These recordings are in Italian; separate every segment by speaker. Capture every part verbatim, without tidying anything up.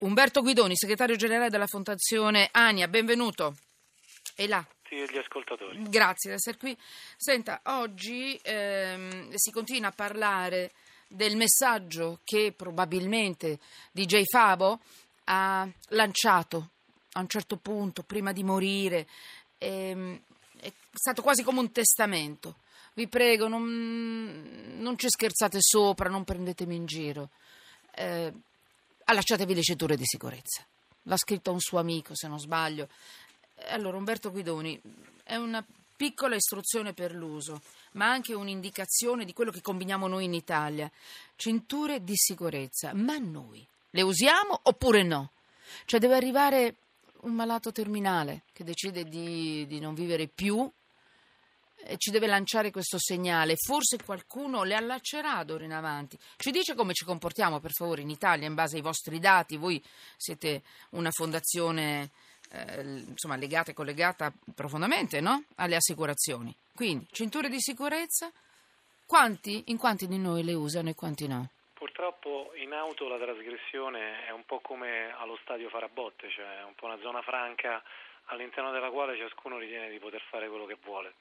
Speaker 1: Umberto Guidoni, segretario generale della Fondazione ANIA, benvenuto. E là.
Speaker 2: Sì, e gli ascoltatori.
Speaker 1: Grazie di essere qui. Senta, oggi ehm, si continua a parlare del messaggio che probabilmente D J Fabo ha lanciato a un certo punto, prima di morire. Ehm, è stato quasi come un testamento. Vi prego, non, non ci scherzate sopra, non prendetemi in giro. Eh, allacciatevi le cinture di sicurezza. L'ha scritto un suo amico, se non sbaglio. Allora, Umberto Guidoni, è una piccola istruzione per l'uso, ma anche un'indicazione di quello che combiniamo noi in Italia. Cinture di sicurezza, ma noi le usiamo oppure no? Cioè deve arrivare un malato terminale che decide di, di non vivere più e ci deve lanciare questo segnale. Forse qualcuno le allaccerà d'ora in avanti. Ci dice come ci comportiamo, per favore, in Italia, in base ai vostri dati. Voi siete una fondazione eh, insomma legata e collegata profondamente, no? Alle assicurazioni. Quindi, cinture di sicurezza, quanti, in quanti di noi le usano e quanti no?
Speaker 2: Purtroppo in auto la trasgressione è un po' come allo stadio Farabotte, cioè è un po' una zona franca all'interno della quale ciascuno ritiene di poter fare quello che vuole.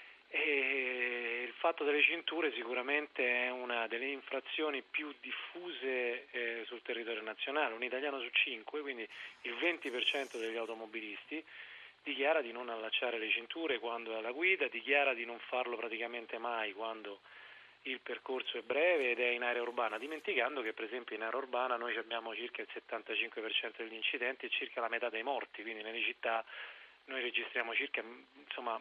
Speaker 2: E il fatto delle cinture sicuramente è una delle infrazioni più diffuse eh, sul territorio nazionale. Un italiano su cinque, quindi il venti per cento degli automobilisti, dichiara di non allacciare le cinture quando è alla guida, dichiara di non farlo praticamente mai quando il percorso è breve ed è in area urbana, dimenticando che per esempio in area urbana noi abbiamo circa il settantacinque per cento degli incidenti e circa la metà dei morti, quindi nelle città noi registriamo circa insomma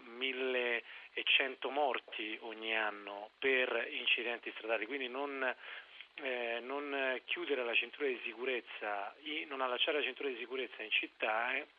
Speaker 2: millecento morti ogni anno per incidenti stradali, quindi non, eh, non chiudere la cintura di sicurezza, non allacciare la cintura di sicurezza in città eh,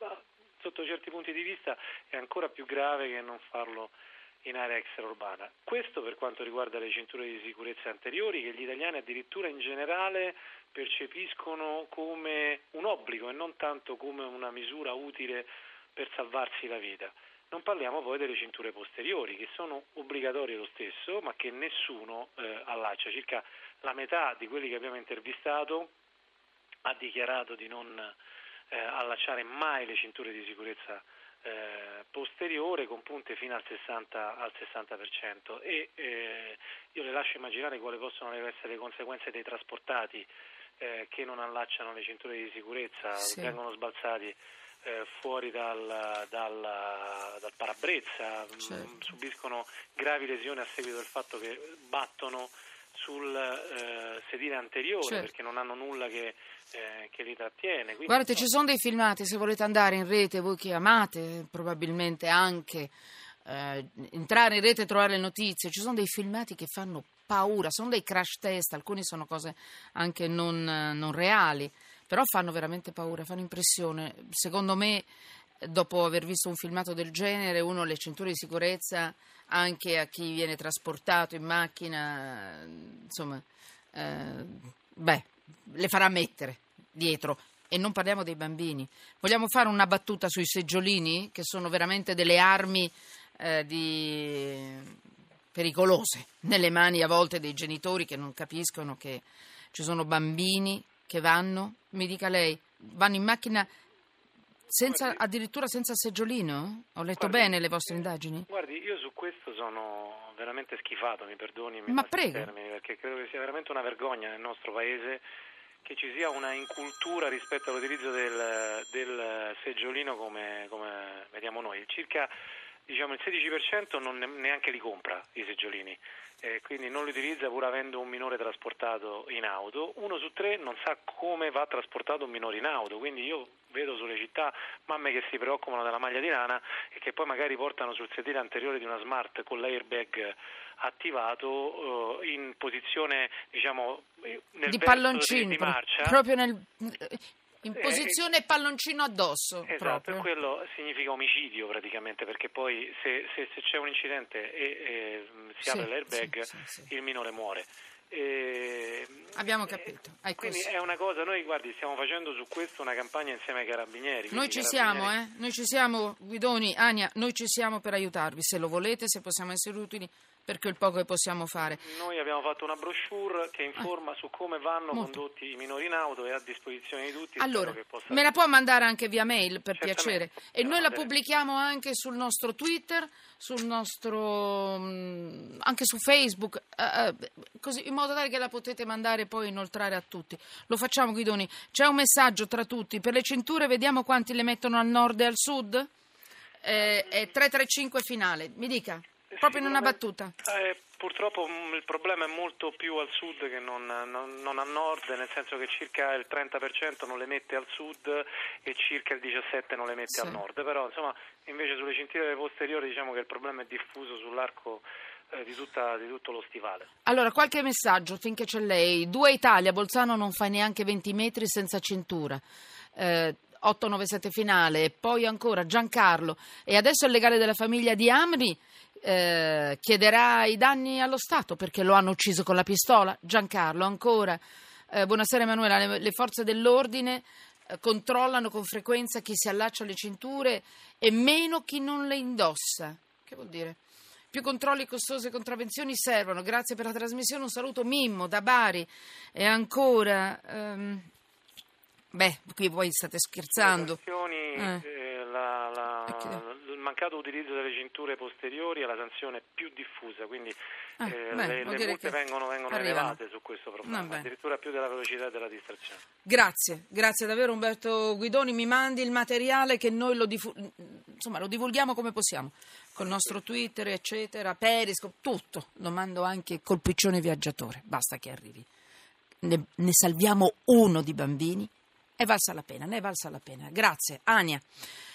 Speaker 2: sotto certi punti di vista è ancora più grave che non farlo in area extraurbana. Questo per quanto riguarda le cinture di sicurezza anteriori, che gli italiani addirittura in generale percepiscono come un obbligo e non tanto come una misura utile per salvarsi la vita. Non parliamo poi delle cinture posteriori, che sono obbligatorie lo stesso, ma che nessuno eh, allaccia. Circa la metà di quelli che abbiamo intervistato ha dichiarato di non eh, allacciare mai le cinture di sicurezza eh, posteriore, con punte fino al sessanta per cento. E eh, io le lascio immaginare quali possono essere le conseguenze dei trasportati eh, che non allacciano le cinture di sicurezza, sì. Vengono sbalzati Eh, fuori dal, dal, dal parabrezza, certo. mh, subiscono gravi lesioni a seguito del fatto che battono sul eh, sedile anteriore, certo. Perché non hanno nulla che, eh, che li trattiene. Quindi,
Speaker 1: guardate,
Speaker 2: insomma,
Speaker 1: ci sono dei filmati, se volete andare in rete, voi che amate probabilmente anche eh, entrare in rete e trovare le notizie, ci sono dei filmati che fanno paura, sono dei crash test, alcuni sono cose anche non, non reali, però fanno veramente paura, fanno impressione. Secondo me, dopo aver visto un filmato del genere, uno le cinture di sicurezza anche a chi viene trasportato in macchina, insomma, eh, beh, le farà mettere dietro. E non parliamo dei bambini. Vogliamo fare una battuta sui seggiolini, che sono veramente delle armi eh, di... pericolose nelle mani a volte dei genitori che non capiscono che ci sono bambini che vanno, mi dica lei, vanno in macchina senza, guardi, addirittura senza seggiolino? Ho letto guardi, bene le vostre indagini?
Speaker 2: Guardi, io su questo sono veramente schifato, mi perdoni, mi
Speaker 1: ma prego,
Speaker 2: termini, perché credo che sia veramente una vergogna nel nostro paese che ci sia una incultura rispetto all'utilizzo del, del seggiolino come, come vediamo noi. Circa diciamo il sedici per cento non neanche li compra i seggiolini. Eh, quindi non li utilizza pur avendo un minore trasportato in auto. Uno su tre non sa come va trasportato un minore in auto, quindi io vedo sulle città mamme che si preoccupano della maglia di lana e che poi magari portano sul sedile anteriore di una Smart con l'airbag attivato eh, in posizione diciamo nel
Speaker 1: di palloncino
Speaker 2: di, di marcia,
Speaker 1: proprio nel in posizione eh, palloncino addosso.
Speaker 2: Esatto,
Speaker 1: proprio.
Speaker 2: Quello significa omicidio praticamente, perché poi se, se, se c'è un incidente e, e si apre sì, l'airbag sì, sì, sì. il minore muore. E,
Speaker 1: abbiamo capito.
Speaker 2: E, quindi è una cosa, noi guardi stiamo facendo su questo una campagna insieme ai carabinieri.
Speaker 1: Noi ci
Speaker 2: carabinieri...
Speaker 1: siamo, eh? Noi ci siamo, Guidoni, Ania, noi ci siamo per aiutarvi, se lo volete, se possiamo essere utili, per quel poco che possiamo fare.
Speaker 2: Noi abbiamo fatto una brochure che informa ah, su come vanno molto. condotti i minori in auto, è a disposizione di tutti.
Speaker 1: Allora,
Speaker 2: che possa...
Speaker 1: me la può mandare anche via mail, per
Speaker 2: Certamente.
Speaker 1: piacere, e noi la pubblichiamo anche sul nostro Twitter, sul nostro anche su Facebook, eh, così, in modo tale che la potete mandare e poi inoltrare a tutti. Lo facciamo, Guidoni. C'è un messaggio tra tutti: per le cinture vediamo quanti le mettono al nord e al sud. Eh, è tre tre cinque finale, mi dica, proprio in una battuta.
Speaker 2: Eh, purtroppo il problema è molto più al sud che non, non, non a nord, nel senso che circa il trenta per cento non le mette al sud e circa il diciassette per cento non le mette sì. al nord, però insomma invece sulle cinture posteriori diciamo che il problema è diffuso sull'arco eh, di, tutta, di tutto lo stivale.
Speaker 1: Allora, qualche messaggio finché c'è lei. Due Italia, Bolzano non fa neanche venti metri senza cintura. Eh, otto nove sette finale, e poi ancora Giancarlo, e adesso il legale della famiglia di Amri eh, chiederà i danni allo Stato perché lo hanno ucciso con la pistola. Giancarlo ancora, eh, buonasera Emanuela, le, le forze dell'ordine eh, controllano con frequenza chi si allaccia alle cinture e meno chi non le indossa. Che vuol dire? Più controlli, costose contravvenzioni servono. Grazie per la trasmissione, un saluto. Mimmo da Bari. E ancora um, beh, qui voi state scherzando.
Speaker 2: Le sanzioni,
Speaker 1: eh.
Speaker 2: eh, la, la, il mancato utilizzo delle cinture posteriori è la sanzione più diffusa, quindi
Speaker 1: ah,
Speaker 2: eh,
Speaker 1: beh,
Speaker 2: le, le multe vengono, vengono elevate su questo problema, addirittura più della velocità e della distrazione.
Speaker 1: Grazie, grazie davvero Umberto Guidoni, mi mandi il materiale che noi lo, diffu- insomma, lo divulghiamo come possiamo, col nostro Twitter eccetera, Periscope, tutto, lo mando anche col piccione viaggiatore, basta che arrivi, ne, ne salviamo uno di bambini. È valsa la pena, ne è valsa la pena. Grazie, Ania.